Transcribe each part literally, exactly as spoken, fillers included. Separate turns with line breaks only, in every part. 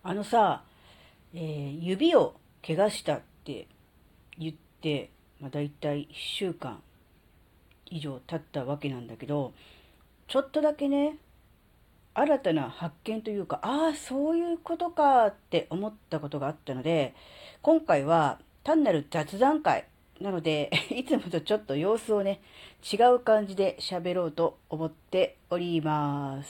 あのさ、えー指を怪我したって言って、まあ、だいたいいっしゅうかん以上経ったわけなんだけど、ちょっとだけね、新たな発見というか、ああ、そういうことかって思ったことがあったので、今回は単なる雑談会なので、いつもとちょっと様子をね、違う感じで喋ろうと思っております。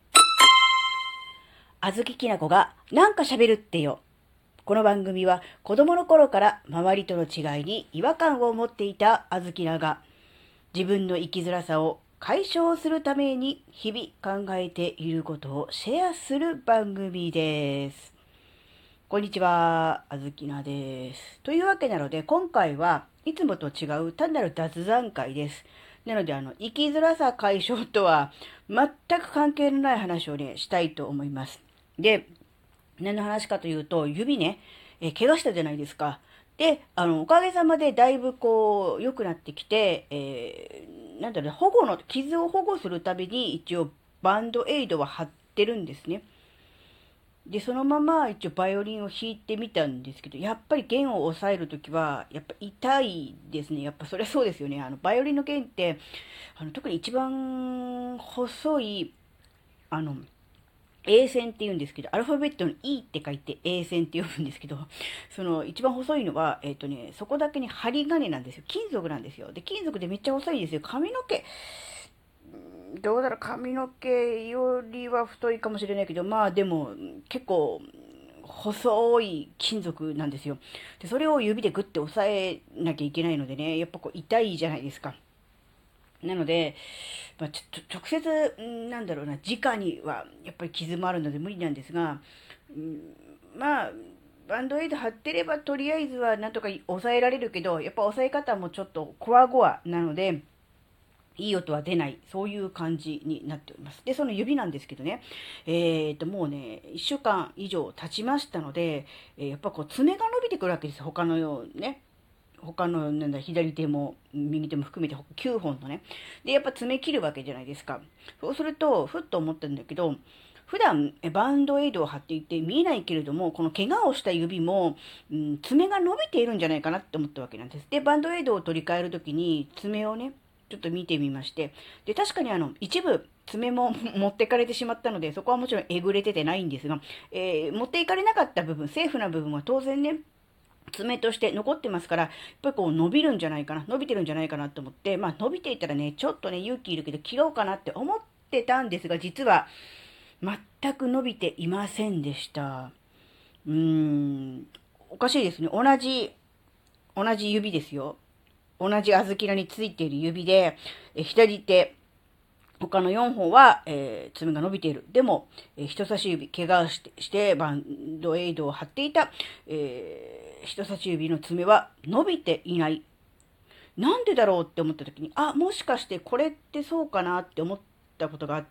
あずききなこがなんか喋るってよ。この番組は子供の頃から周りとの違いに違和感を持っていたあずきなが自分の生きづらさを解消するために日々考えていることをシェアする番組です。こんにちは、あずきなです。というわけなので今回はいつもと違う単なる雑談会です。なのであの生きづらさ解消とは全く関係のない話をねしたいと思います。で、何の話かというと、指ね、えー怪我したじゃないですか。で、あの、おかげさまでだいぶこう、良くなってきて、えーなんだろうね、保護の、傷を保護するために一応バンドエイドは貼ってるんですね。で、そのまま一応バイオリンを弾いてみたんですけど、やっぱり弦を押さえるときは、やっぱ痛いですね。やっぱそりゃそうですよね。あの、バイオリンの弦って、あの、特に一番細い、あの、A 線って言うんですけど、アルファベットの E って書いて A 線って呼ぶんですけど、その一番細いのは、えっ、とね、そこだけに針金なんですよ。金属なんですよ。で、金属でめっちゃ細いんですよ。髪の毛、どうだろう、髪の毛よりは太いかもしれないけど、まあでも結構細い金属なんですよ。で、それを指でグッて押さえなきゃいけないのでね、やっぱこう痛いじゃないですか。なので、まあ、ちょっと直接、んなんだろうな、直にはやっぱり傷もあるので無理なんですが、うん、まあ、バンドエイド貼ってればとりあえずはなんとか抑えられるけど、やっぱ抑え方もちょっとコワゴワなので、いい音は出ない、そういう感じになっております。で、その指なんですけどね、えーと、もうね、いっしゅうかん以上経ちましたので、えーやっぱこう爪が伸びてくるわけです。他のようにね。他のなんだ左手も右手も含めてきゅうほんのね。で、やっぱ爪切るわけじゃないですか。そうすると、ふっと思ったんだけど、普段バンドエイドを貼っていて見えないけれども、この怪我をした指も、うん、爪が伸びているんじゃないかなって思ったわけなんです。で、バンドエイドを取り替えるときに爪をね、ちょっと見てみまして、で、確かにあの、一部、爪も持ってかれてしまったので、そこはもちろんえぐれててないんですが、えー持っていかれなかった部分、セーフな部分は当然ね、爪として残ってますから、やっぱりこう伸びるんじゃないかな、伸びてるんじゃないかなと思って、まあ伸びていたらね、ちょっとね、勇気いるけど切ろうかなって思ってたんですが、実は全く伸びていませんでした。うーん、おかしいですね。同じ、同じ指ですよ。同じ小豆菜についている指で、え左手、他のよんほんは、えー爪が伸びている。でも、えー人差し指、怪我して、してバンドエイドを貼っていた、えー人差し指の爪は伸びていない。なんでだろうって思った時に、あ、もしかしてこれってそうかなって思ったことがあって、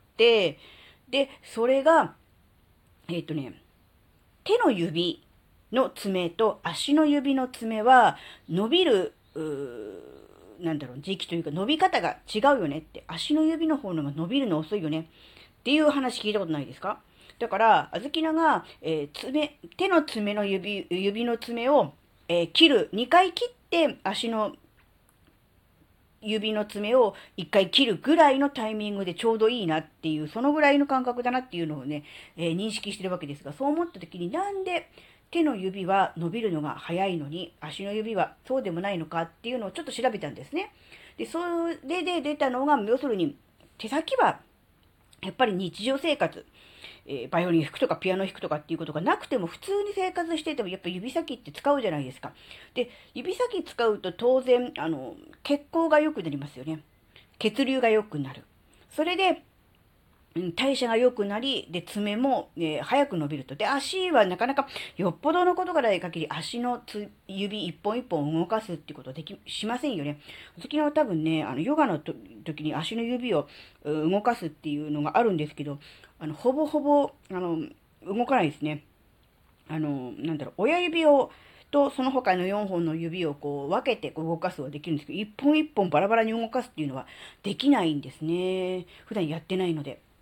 で、それが、えっ、とね、手の指の爪と足の指の爪は伸びる、うーなんだろう、時期というか伸び方が違うよねって、足の指の方のが伸びるの遅いよねっていう話聞いたことないですか？だから、あずきなが、えー爪、手の爪の指、指の爪を、えー切る、にかい切って足の指の爪をいっかい切るぐらいのタイミングでちょうどいいなっていう、そのぐらいの感覚だなっていうのをね、えー認識してるわけですが、そう思った時になんで手の指は伸びるのが早いのに、足の指はそうでもないのかっていうのをちょっと調べたんですね。で、それで出たのが、要するに手先はやっぱり日常生活、えーバイオリン弾くとかピアノ弾くとかっていうことがなくても普通に生活しててもやっぱ指先って使うじゃないですか。で、指先使うと当然、あの、血行が良くなりますよね。血流が良くなる。それで、代謝が良くなり、で、爪も、えー早く伸びると。で、足はなかなか、よっぽどのことがない限り、足のつ指一本一本動かすっていうことはでき、しませんよね。時は多分ね、あの、ヨガのと時に足の指をう動かすっていうのがあるんですけど、あの、ほぼほぼ、あの、動かないですね。あの、なんだろう、親指を、とその他のよんほんの指をこう分けてこう動かすはできるんですけど、一本一本バラバラに動かすっていうのはできないんですね。普段やってないので。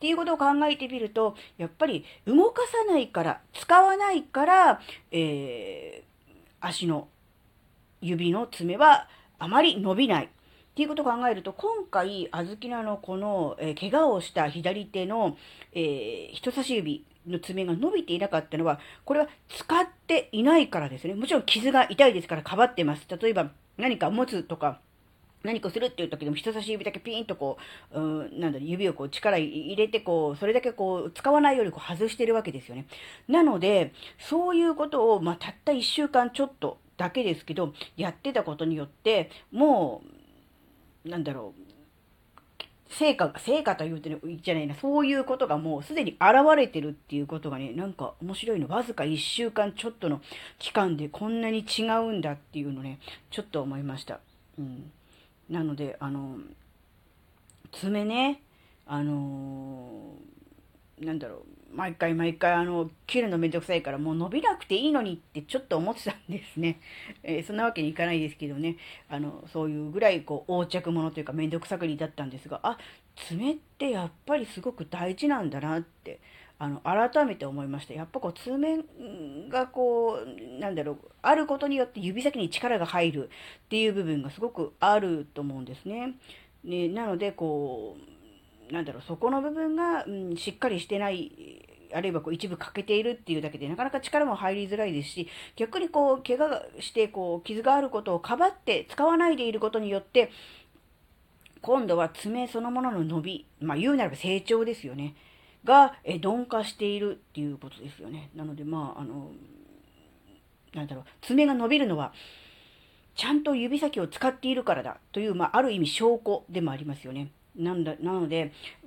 っていうことを考えてみると、やっぱり動かさないから、使わないから、えー、足の指の爪はあまり伸びない。っていうことを考えると、今回、あずきなのこの、えー、怪我をした左手の、えー、人差し指の爪が伸びていなかったのは、これは使っていないからですね。もちろん傷が痛いですからかばってます。例えば何か持つとか、何かするっていう時でも人差し指だけピーンとこう、うん、なんだ、指をこう力入れてこう、それだけこう、使わないようにこう外してるわけですよね。なので、そういうことを、まあ、たったいっしゅうかんちょっとだけですけど、やってたことによって、もう、なんだろう、成果が、成果と言うてね、じゃないな、そういうことがもうすでに現れてるっていうことがね、なんか面白いの。わずかいっしゅうかんちょっとの期間でこんなに違うんだっていうのね、ちょっと思いました。うん。なので、あの、爪ね、あのーなんだろう、毎回毎回、あの、切るのめんどくさいから、もう伸びなくていいのにってちょっと思ってたんですね。えーそんなわけにいかないですけどね、あの、そういうぐらい、こう、横着者というかめんどくさくにだったんですが、あ、爪ってやっぱりすごく大事なんだなって、あの、改めて思いました。やっぱこう、爪がこう、なんだろう、あることによって指先に力が入るっていう部分がすごくあると思うんですね。ね、なので、こう、なんだろう、そこの部分が、うん、しっかりしてない、あるいはこう一部欠けているっていうだけで、なかなか力も入りづらいですし、逆にこう、怪我して、こう、傷があることをかばって使わないでいることによって、今度は爪そのものの伸び、まあ言うならば成長ですよね。が、え、鈍化しているっていうことですよね。なので、まあ、あの、なんだろう、爪が伸びるのは、ちゃんと指先を使っているからだという、まあ、ある意味証拠でもありますよね。なんだ、なので、うん、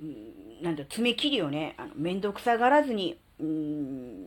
なんだ、爪切りをね、あの、めんどくさがらずに、うん、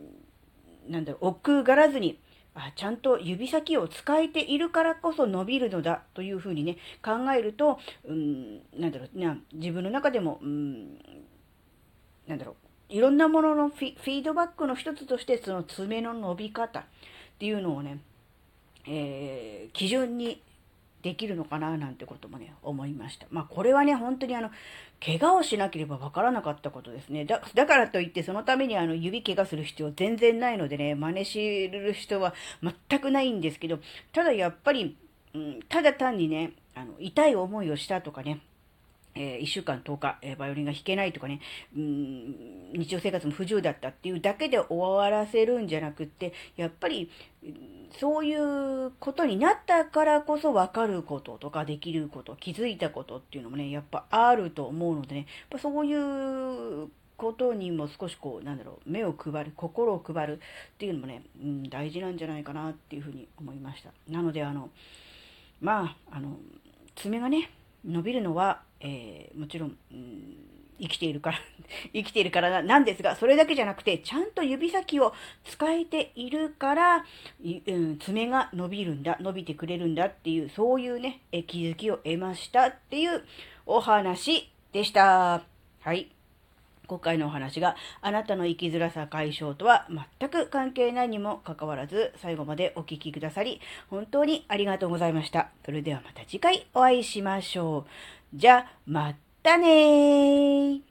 なんだろう、億劫がらずに、あ、ちゃんと指先を使えているからこそ伸びるのだというふうにね、考えると、うん、なんだろうな、自分の中でも、うん、なんだろう、いろんなもののフィフィードバックの一つとして、その爪の伸び方っていうのをね、えー基準にできるのかななんてこともね、思いました。まあこれはね、本当にあの、怪我をしなければわからなかったことですね。だ、だからといってそのためにあの、指怪我する必要全然ないのでね、真似しる人は全くないんですけど、ただやっぱり、うん、ただ単にね、あの、痛い思いをしたとかね、えー、いっしゅうかんとおか、えー、バイオリンが弾けないとかね、うん、日常生活も不自由だったっていうだけで終わらせるんじゃなくって、やっぱり、そういうことになったからこそ分かることとかできること、気づいたことっていうのもね、やっぱあると思うのでね、やっぱそういうことにも少しこう、なんだろう、目を配る、心を配るっていうのもね、うん、大事なんじゃないかなっていうふうに思いました。なので、あの、まあ、あの、爪がね、伸びるのは、えーもちろん、うん、生きているから生きているからななんですが、それだけじゃなくて、ちゃんと指先を使えているから、いうん、爪が伸びるんだ、伸びてくれるんだっていう、そういうね、え気づきを得ましたっていうお話でした。はい。今回のお話があなたの生きづらさ解消とは全く関係ないにもかかわらず最後までお聞きくださり本当にありがとうございました。それではまた次回お会いしましょう。じゃあ、またねー。